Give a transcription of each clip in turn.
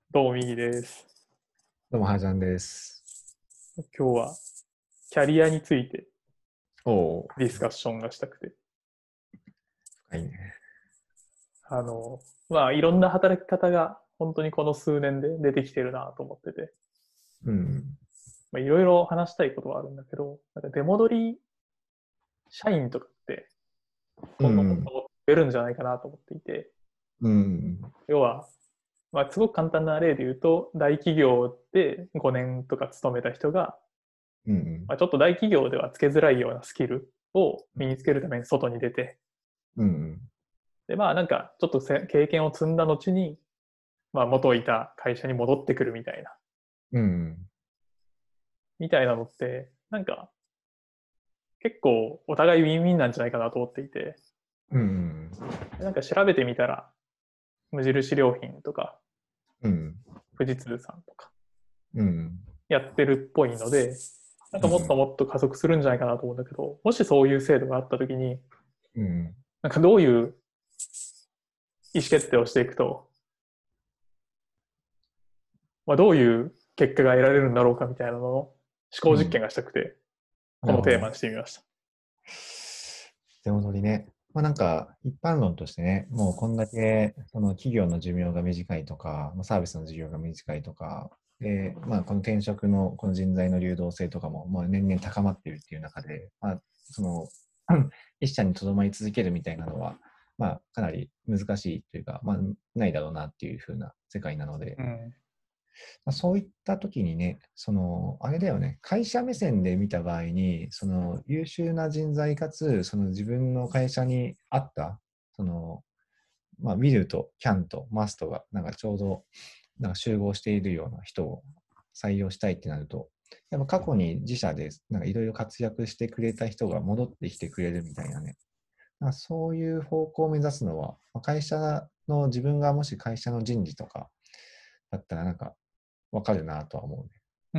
どうも、右です。 どうも、はージャンです。 今日はキャリアについておお、 ディスカッションがしたくて、 深いね。 あの、いろんな働き方が本当にこの数年で出てきてるなと思ってて、 うん。 いろいろ話したいことはあるんだけど、なんか出戻り社員とかって今後もっとうん。 もっと増えるんじゃないかなと思っていて、 うん。 要は、すごく簡単な例で言うと、大企業で5年とか勤めた人が、 うん。 ちょっと大企業ではつけづらいようなスキルを身につけるために外に出て、 うん。 で、なんか、ちょっと経験を積んだ後に、元いた会社に戻ってくるうん。 みたいなのって、なんか、結構お互いウィンウィンなんじゃないかなと思っていて、 うん。 なんか調べてみたら、無印良品とか、 うん。 富士通さんとか、 うん。 やってるっぽいので、なんかもっともっと加速するんじゃないかなと思うんだけど、もしそういう制度があったときに、 うん。 なんかどういう意思決定をしていくと、どういう結果が得られるんだろうかみたいなのの思考実験がしたくて、こなるほど。 のテーマにしてみました。 出戻りね。なんか、一般論としてね、もうこんだけ、その企業の寿命が短いとか、サービスの寿命が短いとか、で、この転職のこの人材の流動性とかも、年々高まっているっていう中で、その、一社にとどまり続けるみたいなのは、かなり難しいというか、ないだろうなっていう風な世界なので、 うん。 そういった時にね、あれだよね、会社目線で見た場合に、優秀な人材かつ、自分の会社に合った、will と can と must が、なんかちょうど、なんか集合しているような人を採用したいってなると、やっぱ過去に自社でなんかいろいろ活躍してくれた人が戻ってきてくれるみたいなね、そういう方向を目指すのは、会社の、自分がもし会社の人事とかだったらなんかわかるなとは思うね。 うん。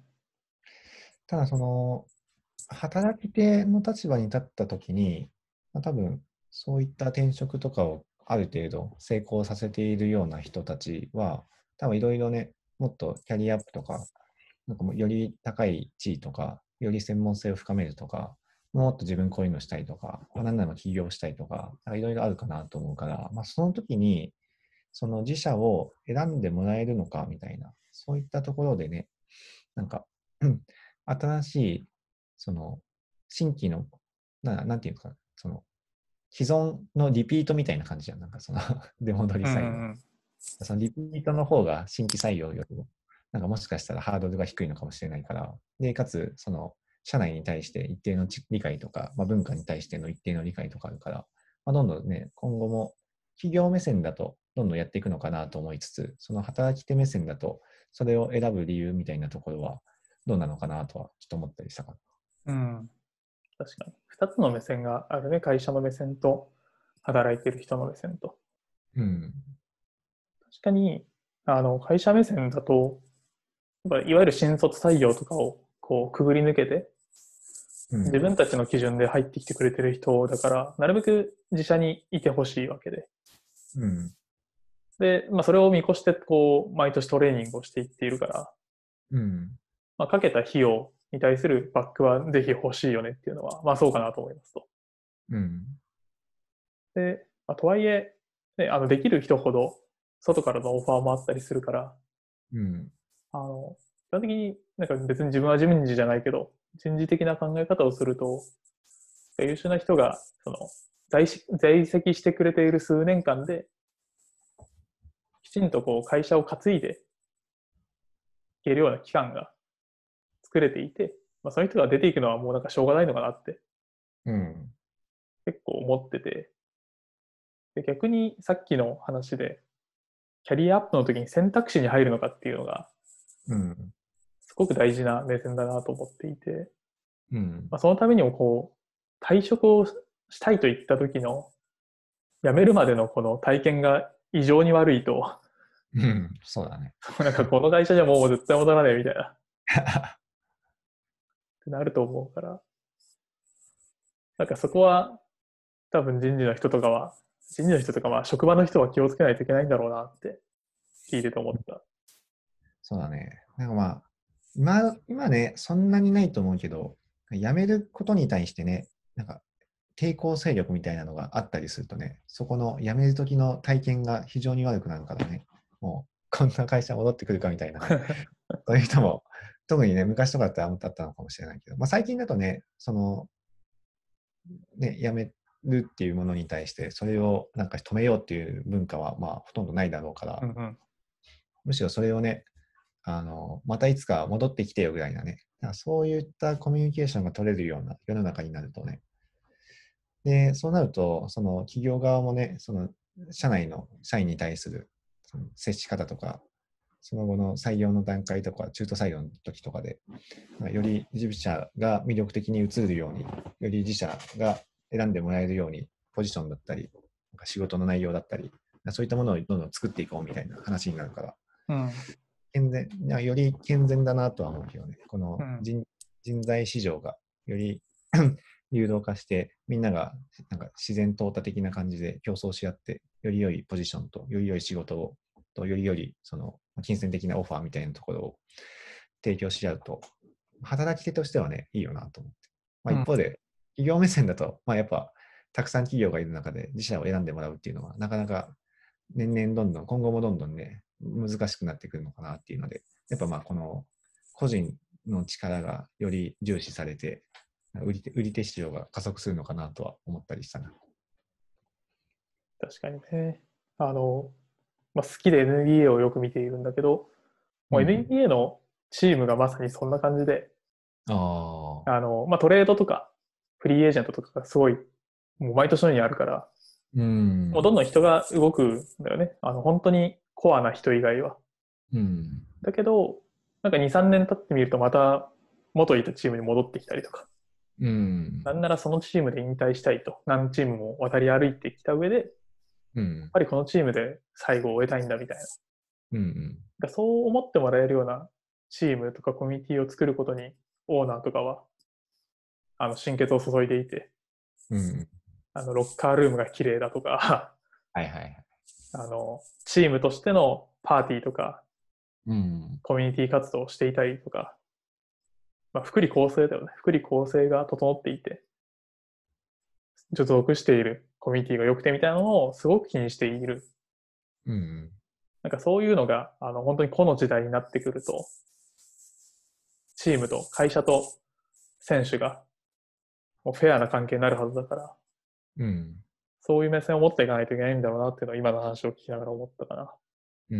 ただ働き手の立場に立ったときに、多分、そういった転職とかをある程度成功させているような人たちは、多分いろいろね、もっとキャリアアップとか、なんかもうより高い地位とか、より専門性を深めるとか、もっと自分こういうのしたいとか、何なら起業したいとか、いろいろあるかなと思うから、その時に、その自社を選んでもらえるのかみたいな、そういったところでね、なんか、新しい、その、新規の、なんていうのかな、既存のリピートみたいな感じじゃん。なんか出戻りうん。 採用。 うん。 そのリピートの方が新規採用よりも、なんかもしかしたらハードルが低いのかもしれないから、で、かつ、社内に対して一定の理解とか、文化に対しての一定の理解とかあるから、どんどんね、今後も企業目線だとどんどんやっていくのかなと思いつつ、その働き手目線だと、それを選ぶ理由みたいなところはどうなのかなとはちょっと思ったりしたかうん。確かに。二つの目線があるね。会社の目線と、働いてる人の目線と。 な。うん。 確かに、会社目線だと、いわゆる新卒採用とかを、くぐり抜けて、自うん。 分たちの基準で入ってきてくれてる人だから、なるべく自社にいてほしいわけで。 うん。 で、それを見越して、毎年トレーニングをしていっているから、 うん。 かけた費用に対するバックはぜひ欲しいよねっていうのは、そうかなと思いますと。 うん。 で、とはいえ、ね、できる人ほど外からのオファーもあったりするから、 うん。 基本的になんか別に自分は人事じゃないけど、人事的な考え方をすると、優秀な人が在籍してくれている数年間で、きちんと会社を担いでいけるような期間が作れていて、その人が出ていくのはもうなんかしょうがないのかなってうん。 結構思ってて、で逆にさっきの話で、キャリアアップの時に選択肢に入るのかっていうのが、 うん。 すごく大事な目線だなと思っていて、 うん。 そのためにも退職をしたいといった時の、辞めるまでのこの体験が異常に悪いと、 うん。そうだね。 なんかこの会社じゃもう絶対戻らねえみたいな、ってなると思うから、なんかそこは多分人事の人とか職場の人は気をつけないといけないんだろうなって聞いてて思った。 そうだね。なんかまあ、今ね、そんなにないと思うけど、辞めることに対してね、なんか抵抗勢力みたいなのがあったりするとね、そこの辞める時の体験が非常に悪くなるからね、もうこんな会社戻ってくるかみたいなね、そういう人も、特にね、昔とかだったらあったのかもしれないけど、まあ最近だとね、辞めるっていうものに対して、それをなんか止めようっていう文化はまあほとんどないだろうから、 うんうん。 むしろそれをね、またいつか戻ってきてよぐらいなね、なんかそういったコミュニケーションが取れるような世の中になるとね、で、そうなると、その企業側もね、その社内の社員に対するその接し方とか、その後の採用の段階とか、中途採用の時とかで、より自社が魅力的に映るように、より自社が選んでもらえるように、ポジションだったり、なんか仕事の内容だったり、そういったものをどんどん作っていこうみたいな話になるから、 うん。 健全、より健全だなとは思うけどね、このうん。 人材市場がより流動化して、みんながなんか自然淘汰的な感じで競争し合って、より良いポジションと、より良い仕事を、より良いその金銭的なオファーみたいなところを提供し合うと、働き手としてはね、いいよなと思って。まあ、 うん。 一方で、企業目線だと、まあ、やっぱ、たくさん企業がいる中で自社を選んでもらうっていうのは、なかなか年々どんどん、今後もどんどんね、難しくなってくるのかなっていうので、やっぱまあこの個人の力がより重視されて、売り手市場が加速するのかなとは思ったりしたな。 確かにね。まあ、好きで NBA をよく見ているんだけど、もううん。 NBA のチームがまさにそんな感じで、 ああ。 まあ、トレードとかフリーエージェントとかがすごい、もう毎年のようにあるから、 うん。 もうどんどん人が動くんだよね。本当にコアな人以外は。 うん。 だけど、なんか2、3年経ってみるとまた元いたチームに戻ってきたりとか、 うん。 なんならそのチームで引退したいと、何チームも渡り歩いてきた上で、やっうん。 ぱりこのチームで最後を終えたいんだみたいな。 うん。 そう思ってもらえるようなチームとかコミュニティを作ることに、オーナーとかは、心血を注いでいて、 うん。 ロッカールームが綺麗だとか、 はいはいはい。 チームとしてのパーティーとか、 うん。 コミュニティ活動をしていたりとか、まあ、福利厚生だよね。福利厚生が整っていて、所属しているコミュニティが良くてみたいなのをすごく気にしている。 うん。 なんかそういうのが、本当にこの時代になってくると、チームと会社と選手がもうフェアな関係になるはずだから、 うん。 そういう目線を持っていかないといけないんだろうなっていうのは今の話を聞きながら思ったかな。 うん。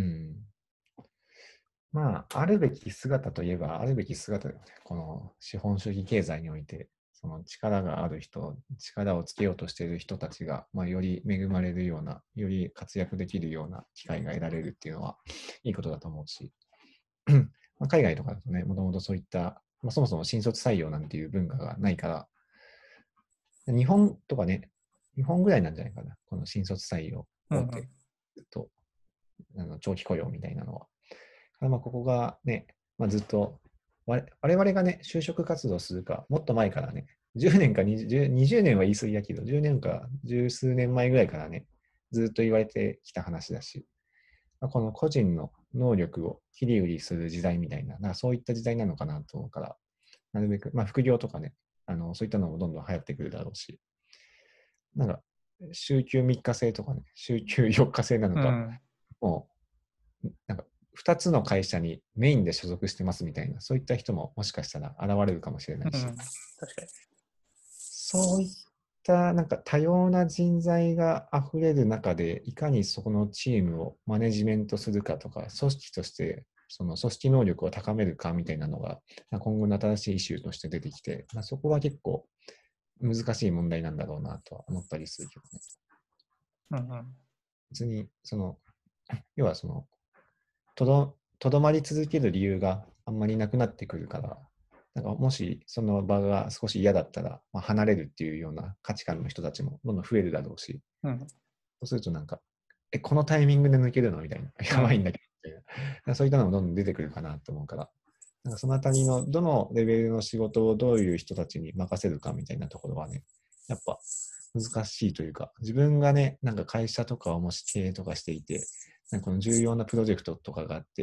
まあ、あるべき姿といえば、あるべき姿だよね。この資本主義経済において、その力がある人、力をつけようとしている人たちが、まあ、より恵まれるような、より活躍できるような機会が得られるっていうのは、いいことだと思うし、まあ、海外とかだとね、もともとそういった、まあ、そもそも新卒採用なんていう文化がないから、日本とかね、日本ぐらいなんじゃないかな、この新卒採用大手、 うんうん。 ずっと長期雇用みたいなのは。まあここがね、まあ、ずっと我々がね、就職活動するか、もっと前からね、10年か20年は言い過ぎだけど、10年か十数年前ぐらいからね、ずっと言われてきた話だし、まあ、この個人の能力を切り売りする時代みたいな、なんかそういった時代なのかなと思うから、なるべく、まあ、副業とかね、そういったのもどんどん流行ってくるだろうし、なんか、週休3日制とかね、週休4日制なのか、 うん。 もう、なんか、2つの会社にメインで所属してますみたいな、そういった人ももしかしたら現れるかもしれないし、 うん。確かに。 そういったなんか多様な人材が溢れる中で、いかにそこのチームをマネジメントするかとか、組織としてその組織能力を高めるかみたいなのが、今後の新しいイシューとして出てきて、そこは結構難しい問題なんだろうなとは思ったりするけどね。 うんうん。 別に、要はとどまり続ける理由があんまりなくなってくるから、なんかもしその場が少し嫌だったら、まあ、離れるっていうような価値観の人たちもどんどん増えるだろうし、 うん。 そうするとなんか、このタイミングで抜けるのみたいな、 うん。 やばいんだけど、みたいな、そういったのもどんどん出てくるかなと思うから、なんかそのあたりのどのレベルの仕事をどういう人たちに任せるかみたいなところはね、やっぱ難しいというか、自分がね、なんか会社とかをもし経営とかしていて、なんかこの重要なプロジェクトとかがあって、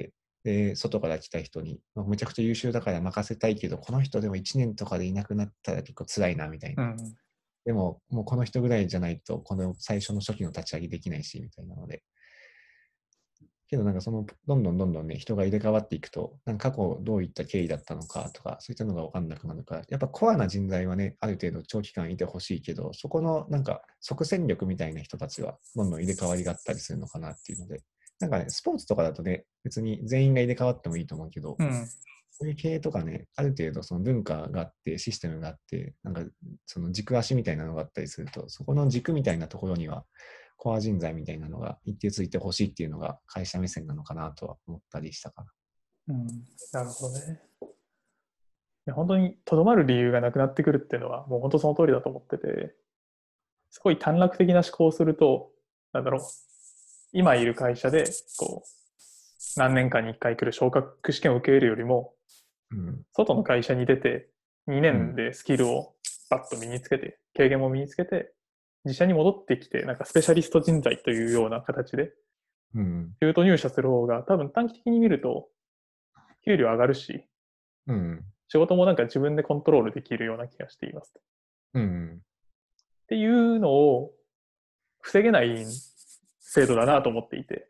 で、外から来た人に、めちゃくちゃ優秀だから任せたいけど、この人でも1年とかでいなくなったら結構辛いな、みたいな。でも、もうこの人ぐらいじゃないと、この最初の初期の立ち上げできないし、みたいなので。けどなんかどんどんどんどんね、人が入れ替わっていくと、なんか過去どういった経緯だったのかとか、そういったのが分かんなくなるから、やっぱコアな人材はね、ある程度長期間いてほしいけど、そこのなんか即戦力みたいな人たちはどんどん入れ替わりがあったりするのかなっていうので、なんかね、スポーツとかだとね、別に全員が入れ替わってもいいと思うけど、そういう経営とかね、ある程度その文化があって、システムがあって、なんかその軸足みたいなのがあったりすると、そこの軸みたいなところには、コア人材みたいなのが一定ついてほしいっていうのが会社目線なのかなとは思ったりしたかな。なるほどね。いや本当にとどまる理由がなくなってくるっていうのは、もう本当その通りだと思ってて、すごい短絡的な思考をすると、なんだろう、今いる会社で、こう、何年間に1回来る昇格試験を受けるよりも、外の会社に出て、2年でスキルをバッと身につけて、経験も身につけて、自社に戻ってきて、なんかスペシャリスト人材というような形で、中途入社する方が、多分短期的に見ると、給料上がるし、仕事もなんか自分でコントロールできるような気がしています。っていうのを防げない制度だなと思っていて。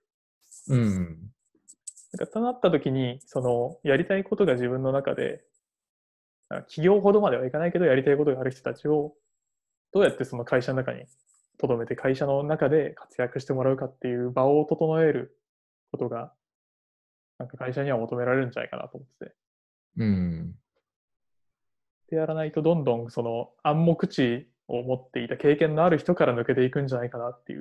なんかとなった時に、そのやりたいことが自分の中で、企業ほどまではいかないけど、やりたいことがある人たちを、どうやってその会社の中に留めて、会社の中で活躍してもらうかっていう場を整えることが、なんか会社には求められるんじゃないかなと思ってて。でやらないと、どんどんその暗黙知を持っていた経験のある人から抜けていくんじゃないかなっていう。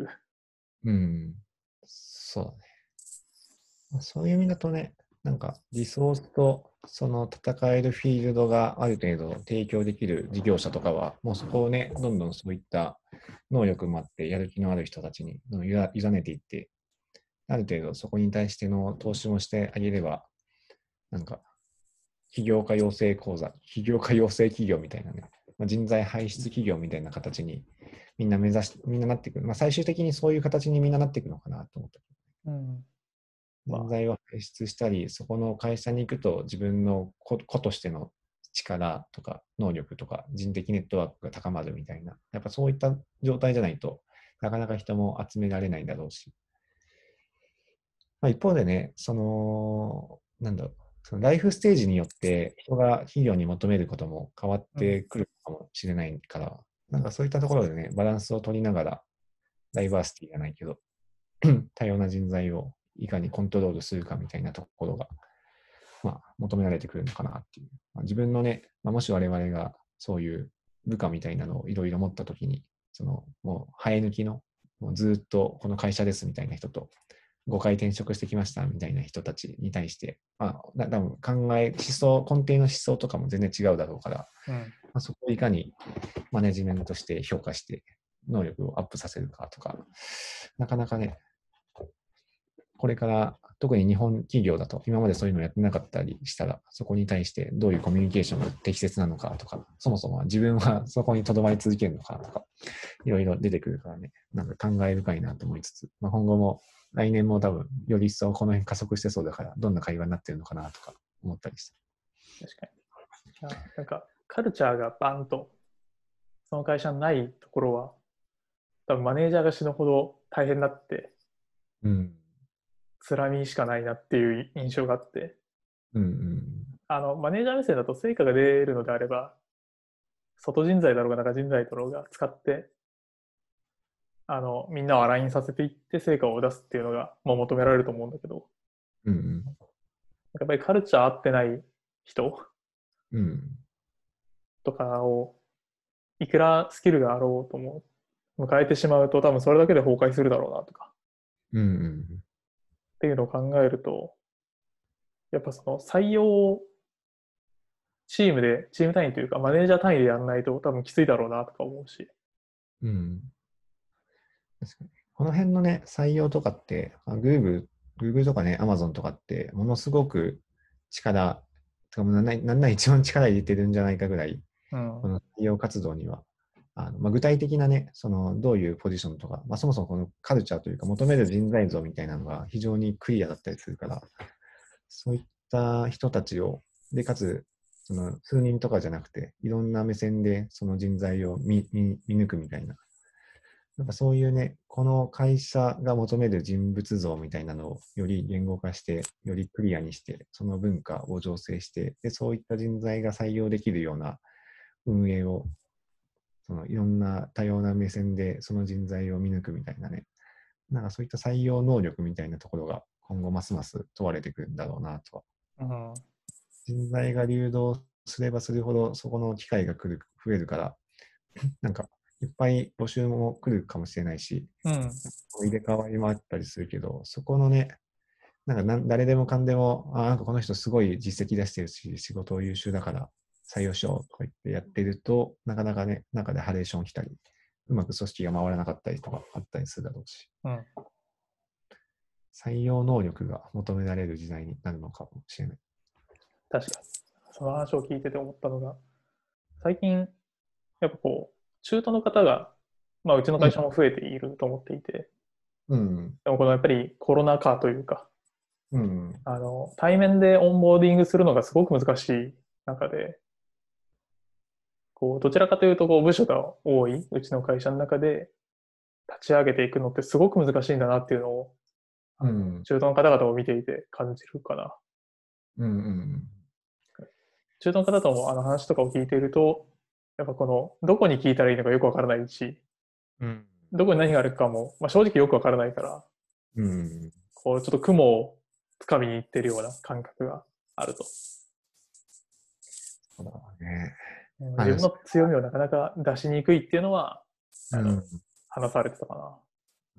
そうね。そういう意味だとね、なんかリソースとその戦えるフィールドがある程度提供できる事業者とかは、もうそこをね、どんどんそういった能力もあってやる気のある人たちに委ねていって、ある程度そこに対しての投資もしてあげれば、なんか起業家養成講座、起業家養成企業みたいなね、人材輩出企業みたいな形にみんななっていく。最終的にそういう形にみんななっていくのかなと思った。人材を輩出したり、そこの会社に行くと自分の個としての力とか能力とか人的ネットワークが高まるみたいな、やっぱそういった状態じゃないとなかなか人も集められないんだろうし。一方でね、なんだろう、そのライフステージによって人が企業に求めることも変わってくるかもしれないから、なんかそういったところでね、バランスを取りながら、ダイバーシティじゃないけど、多様な人材をいかにコントロールするかみたいなところが、求められてくるのかなっていう。自分のね、もし我々がそういう部下みたいなのをいろいろ持ったときに、もう生え抜きの、もうずっとこの会社ですみたいな人と、5回転職してきましたみたいな人たちに対して、多分根底の思想とかも全然違うだろうから、そこをいかにマネジメントとして評価して、能力をアップさせるかとか、なかなかね、これから特に日本企業だと今までそういうのをやってなかったりしたら、そこに対してどういうコミュニケーションが適切なのかとか、そもそも自分はそこに留まり続けるのかとか、いろいろ出てくるからね、なんか感慨深いなと思いつつ、今後も来年も多分より一層この辺加速してそうだから、どんな会話になってるのかなとか思ったりして。 確かに。なんかカルチャーがバンとその会社にないところは、多分マネージャーが死ぬほど大変だって、辛みしかないなっていう印象があって、マネージャー目線だと成果が出るのであれば、外人材だろうが中人材だろうが使って、みんなをアラインさせていって成果を出すっていうのが、求められると思うんだけど、やっぱりカルチャー合ってない人とかを、いくらスキルがあろうとも迎えてしまうと、多分それだけで崩壊するだろうなとか、っていうのを考えると、やっぱその採用をチーム単位というか、マネージャー単位でやらないと多分きついだろうなとか思うし。 確かに。この辺のね、採用とかって、Google とかね、Amazon とかって、ものすごくなんなら一番力入れてるんじゃないかぐらい、この採用活動には、具体的なね、どういうポジションとか、そもそもこのカルチャーというか、求める人材像みたいなのが非常にクリアだったりするから、 そういった人たちを、で、かつ、その数人とかじゃなくて、いろんな目線でその人材を見抜くみたいな、なんかそういうね、この会社が求める人物像みたいなのをより言語化して、よりクリアにして、その文化を醸成して、で、そういった人材が採用できるような運営を、そのいろんな多様な目線でその人材を見抜くみたいなね、なんかそういった採用能力みたいなところが今後ますます問われてくるんだろうなとは。 うん。 人材が流動すればするほど、そこの機会が増えるから、なんかいっぱい募集も来るかもしれないし、 うん。 入れ替わりもあったりするけど、そこのね、誰でもかんでも、なんかこの人すごい実績出してるし、仕事優秀だから採用しようとか言ってやってると、なかなかね、中でハレーション来たり、うまく組織が回らなかったりとかあったりするだろうし、 うん。 採用能力が求められる時代になるのかもしれない。 確かに。その話を聞いてて思ったのが、最近、やっぱこう、中途の方が、まあ、うちの会社も増えていると思っていて、 うん。 でもこのやっぱりコロナ禍というか、 うん。 対面でオンボーディングするのがすごく難しい中で、こう、どちらかというと、こう、部署が多いうちの会社の中で立ち上げていくのってすごく難しいんだなっていうのを、 うん。 中途の方々を見ていて感じるかな。 うん。うん。 中途の方とも話とかを聞いていると、やっぱこの、どこに聞いたらいいのかよくわからないし、 うん。 どこに何があるかも、まあ、正直よくわからないから、 うん。 こう、ちょっと雲をつかみに行ってるような感覚があると。 そうだね。 自分の強みをなかなか出しにくいっていうのは、 うん。 話されてたかうん。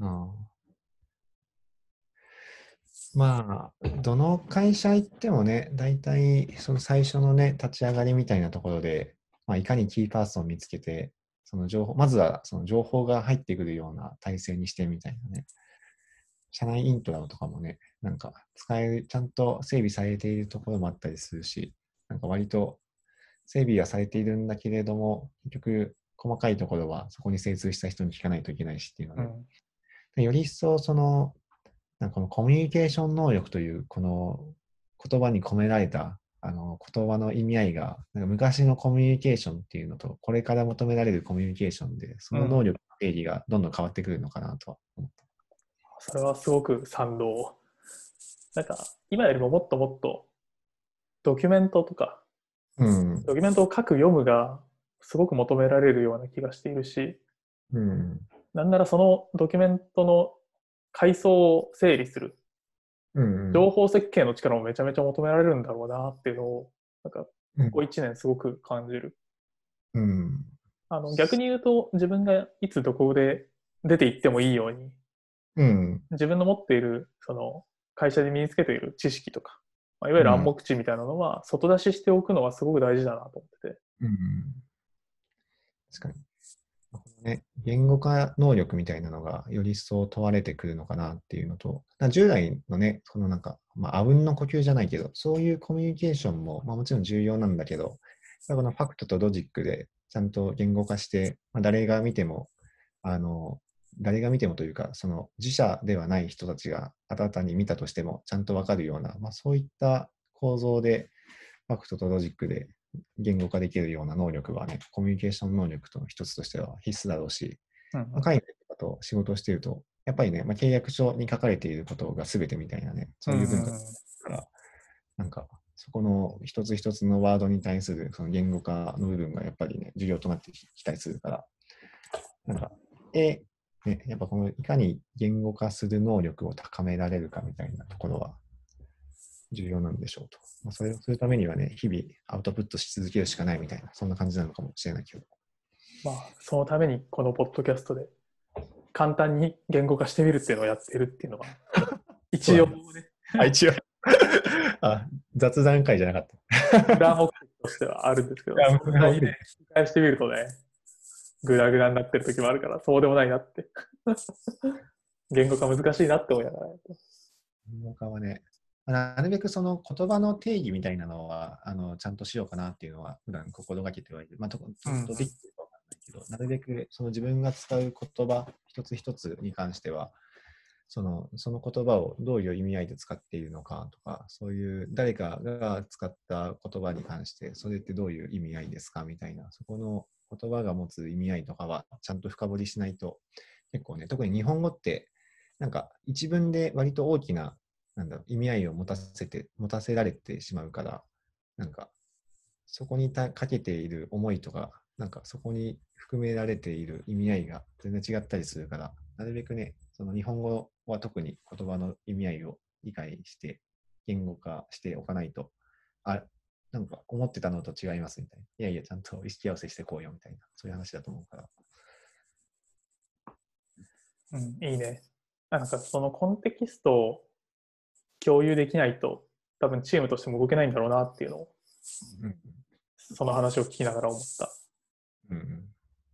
まあ、どの会社行ってもね、大体その最初のね、立ち上がりみたいなところで、まあ、いかにキーパーソンを見つけて、その情報、まずはその情報が入ってくるような体制にしてみたいなね。社内イントラとかもね、なんか使える、ちゃんと整備されているところもあったりするし、なんか割と整備はされているんだけれども、結局細かいところはそこに精通した人に聞かないといけないしっていうのな。うで、 ん。 より一層そのなんかこのコミュニケーション能力というこの言葉に込められた言葉の意味合いがなんか昔のコミュニケーションっていうのとこれから求められるコミュニケーションでそうん。 の能力の定義がどんどん変わってくるのかなとは思った。 それはすごく賛同。なんか、今よりももっともっとドキュメントとか、 うん。 ドキュメントを書く読むがすごく求められるような気がしているし、 うん。 なんならそのドキュメントの階層を整理する、 うん。 情報設計の力もめちゃめちゃ求められるんだろうなっていうのを、なんか、 うん。 ここ1年すごく感じる。 うん。 逆に言うと、自分がいつどこで出て行ってもいいように、 うん。 自分の持っている、その、会社で身につけている知識とか、まあ、いわゆる暗うん。 黙知みたいなのは、外出ししておくのはすごく大事だなと思ってて。 うん。確かに。ね、言語化能力みたいなのがより一層問われてくるのかなっていうのと、従来のね、このなんか、まあ、あうんの呼吸じゃないけど、そういうコミュニケーションも、まあ、もちろん重要なんだけど、このファクトとロジックでちゃんと言語化して、まあ、あの、誰が見てもというか、その自社ではない人たちが新たに見たとしても、ちゃんとわかるような、まあ、そういった構造で、ファクトとロジックで言語化できるような能力はね、コミュニケーション能力の一つとしては必須だろうし、 うんうん。 海外とかと仕事をしていると、やっぱりね、契約書に書かれていることが全てみたいなね、 うそういう文化だんうんから、なんか、そこの一つ一つのワードに対するその言語化の部分がやっぱりね、重要となってきたりするから、なんか、やっぱこのいかに言語化する能力を高められるかみたいなところは重要なんでしょうと。それをするためにはね、日々アウトプットし続けるしかないみたいな、そんな感じなのかもしれないけど。 まあ、そのためにこのポッドキャストで簡単に言語化してみるっていうのをやってるっていうのは、一応ね、 一応雑談会じゃなかった。 裏目的としてはあるんですけど、そんなにね、聞き返してみるとね、グダグダになってる時もあるから、そうでもないなって。言語化難しいなって思いながら。 言語化はね、なるべくその言葉の定義みたいなのはちゃんとしようかなっていうのは普段心がけてはいる。ちゃんとできてるかわかんないけど、なるべくその自分が使う言葉一つ一つに関しては、 その言葉をどういう意味合いで使っているのかとか、そういう誰かが使った言葉に関して、それってどういう意味合いですかみたいな、そこの言葉が持つ意味合いとかはちゃんと深掘りしないと、結構ね、特に日本語って、なんか一文で割と大きな、なんだろう、意味合いを持たせられてしまうから、なんかそこにかけている思いとか、なんかそこに含められている意味合いが全然違ったりするから、なるべくね、その日本語は特に言葉の意味合いを理解して、言語化しておかないと、あ、なんか思ってたのと違いますみたいな。いやいや、ちゃんと意識合わせしてこうよみたいな、そういう話だと思うから。 うん、いいね。なんかそのコンテキストを共有できないと、多分チームとしても動けないんだろうなっていうのを、 うんその話を聞きながら思った。 うんうん、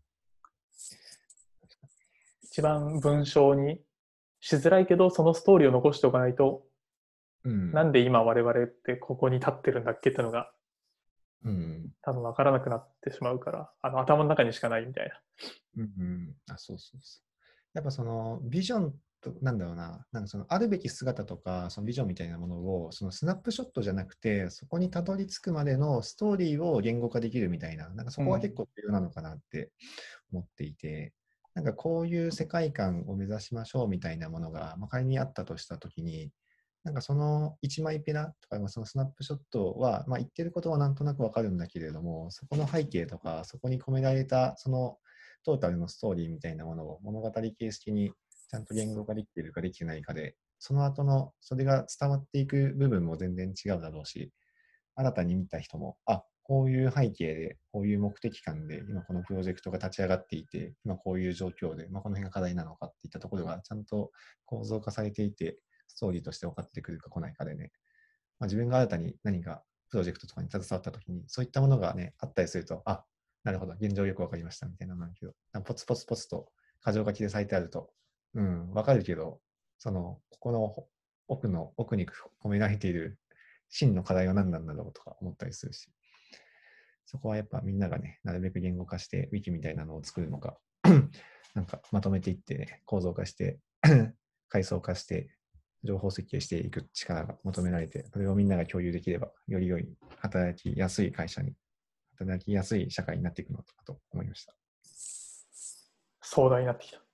一番文章にしづらいけど、そのストーリーを残しておかないと、 うん、 なんで今我々ってここに立ってるんだっけっていうのがうん、 多分分からなくなってしまうから、頭の中にしかないみたいな。 うんうん、あ、そうそうそう。やっぱそのビジョンと、なんだろうな、なんかそのあるべき姿とか、そのビジョンみたいなものを、そのスナップショットじゃなくて、そこにたどり着くまでのストーリーを言語化できるみたいな、なんかそこは結構重要なのかなって思っていて、なんかこういう世界観を目指しましょうみたいなものが、まあ、仮にあったとしたときに、なんかその一枚ペラとか、そのスナップショットは、まあ、言ってることはなんとなくわかるんだけれども、そこの背景とか、そこに込められた、そのトータルのストーリーみたいなものを物語形式にちゃんと言語化できているかできてないかで、その後のそれが伝わっていく部分も全然違うだろうし、新たに見た人も、あ、こういう背景で、こういう目的感で、今このプロジェクトが立ち上がっていて、今こういう状況で、まあ、この辺が課題なのかっていったところがちゃんと構造化されていて、ストーリーとして分かってくるか来ないかでね、まあ、自分が新たに何かプロジェクトとかに携わったときに、そういったものがね、あったりすると、あ、なるほど、現状よく分かりましたみたいなのなんだけど、ポツポツポツと箇条書きで咲いてあると、うん、分かるけど、ここの奥に込められている真の課題は何なんだろうとか思ったりするし、そこはやっぱみんながね、なるべく言語化して、ウィキみたいなのを作るのか、なんかまとめていって、ね、構造化して、階層化して、情報設計していく力が求められて、それをみんなが共有できれば、より良い働きやすい会社に、働きやすい社会になっていくのかと思いました。 壮大になってきた。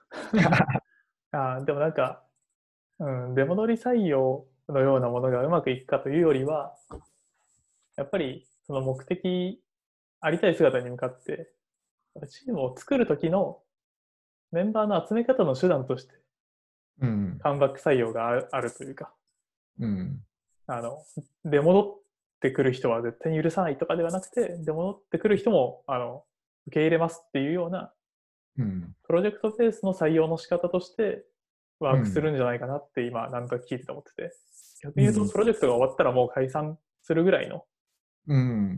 でもなんか、出戻り採用のようなものがうまくいくかというよりは、やっぱりその目的、ありたい姿に向かって、チームを作るときのメンバーの集め方の手段として、 うん。 カムバック採用があるというか、 うん。 あの、出戻ってくる人は絶対に許さないとかではなくて、出戻ってくる人も、受け入れますっていうような、 うん。 プロジェクトベースの採用の仕方として、ワークするうん。 んじゃないかなって今、なんとなく聞いてて思ってて、逆に言うと、 うん。 プロジェクトが終わったらもう解散するぐらいのうん。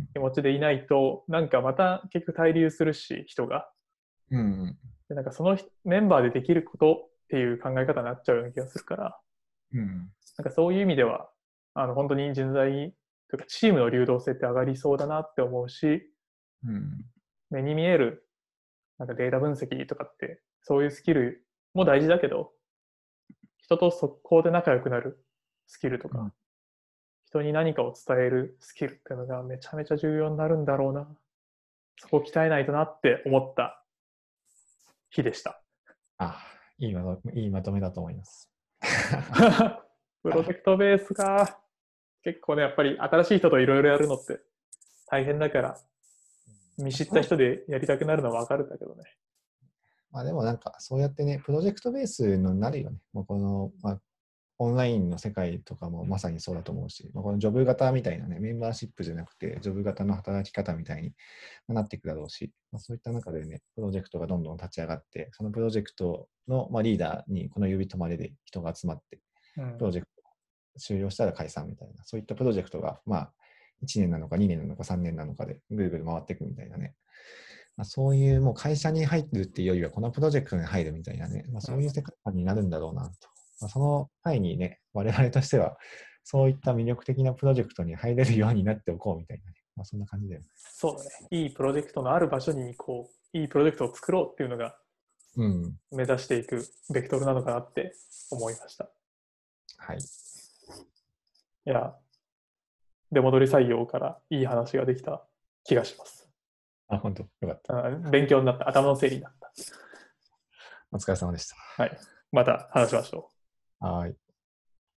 気持ちでいないと、なんかまた結局滞留するし、人が。 うん。 でなんかそのメンバーでできることっていう考え方になっちゃうような気がするから、 うん。 なんかそういう意味では、本当に人材というかチームの流動性って上がりそうだなって思うし、 うん。 目に見えるなんかデータ分析とかって、そういうスキルも大事だけど、人と速攻で仲良くなるスキルとか、人に何かを伝えるスキルっていうのがめちゃめちゃ重要になるんだろうな。そこを鍛えないとなって思った日でした。 あ、いいまとめだと思います。 プロジェクトベースが結構ね、やっぱり新しい人といろいろやるのって大変だから、見知った人でやりたくなるのはわかるんだけどね。 まあでもなんかそうやってね、プロジェクトベースになるよね。もうこの、まあ、オンラインの世界とかもまさにそうだと思うし、まあ、このジョブ型みたいなね、メンバーシップじゃなくて、ジョブ型の働き方みたいになっていくだろうし、まあ、そういった中でね、プロジェクトがどんどん立ち上がって、そのプロジェクトの、まあ、リーダーにこの指止まれで人が集まって、プロジェクト終了したら解散みたいな、そういったプロジェクトが、まあ、1年なのか2年なのか3年なのかでぐるぐる回っていくみたいなね。まあ、そういうもう会社に入るっていうよりは、このプロジェクトに入るみたいなね、まあ、そういう世界観になるんだろうなと。まあ、その際にね、我々としては、そういった魅力的なプロジェクトに入れるようになっておこうみたいなね、まあ、そんな感じだよね。 そうだね。いいプロジェクトのある場所にこう、いいプロジェクトを作ろうっていうのがうん。 目指していくベクトルなのかなって思いました。 はい。 いや、出戻り採用からいい話ができた気がします。 あ、本当よかった。 勉強になった、頭の整理になった。 お疲れ様でした。 はい。また話しましょう。 はい。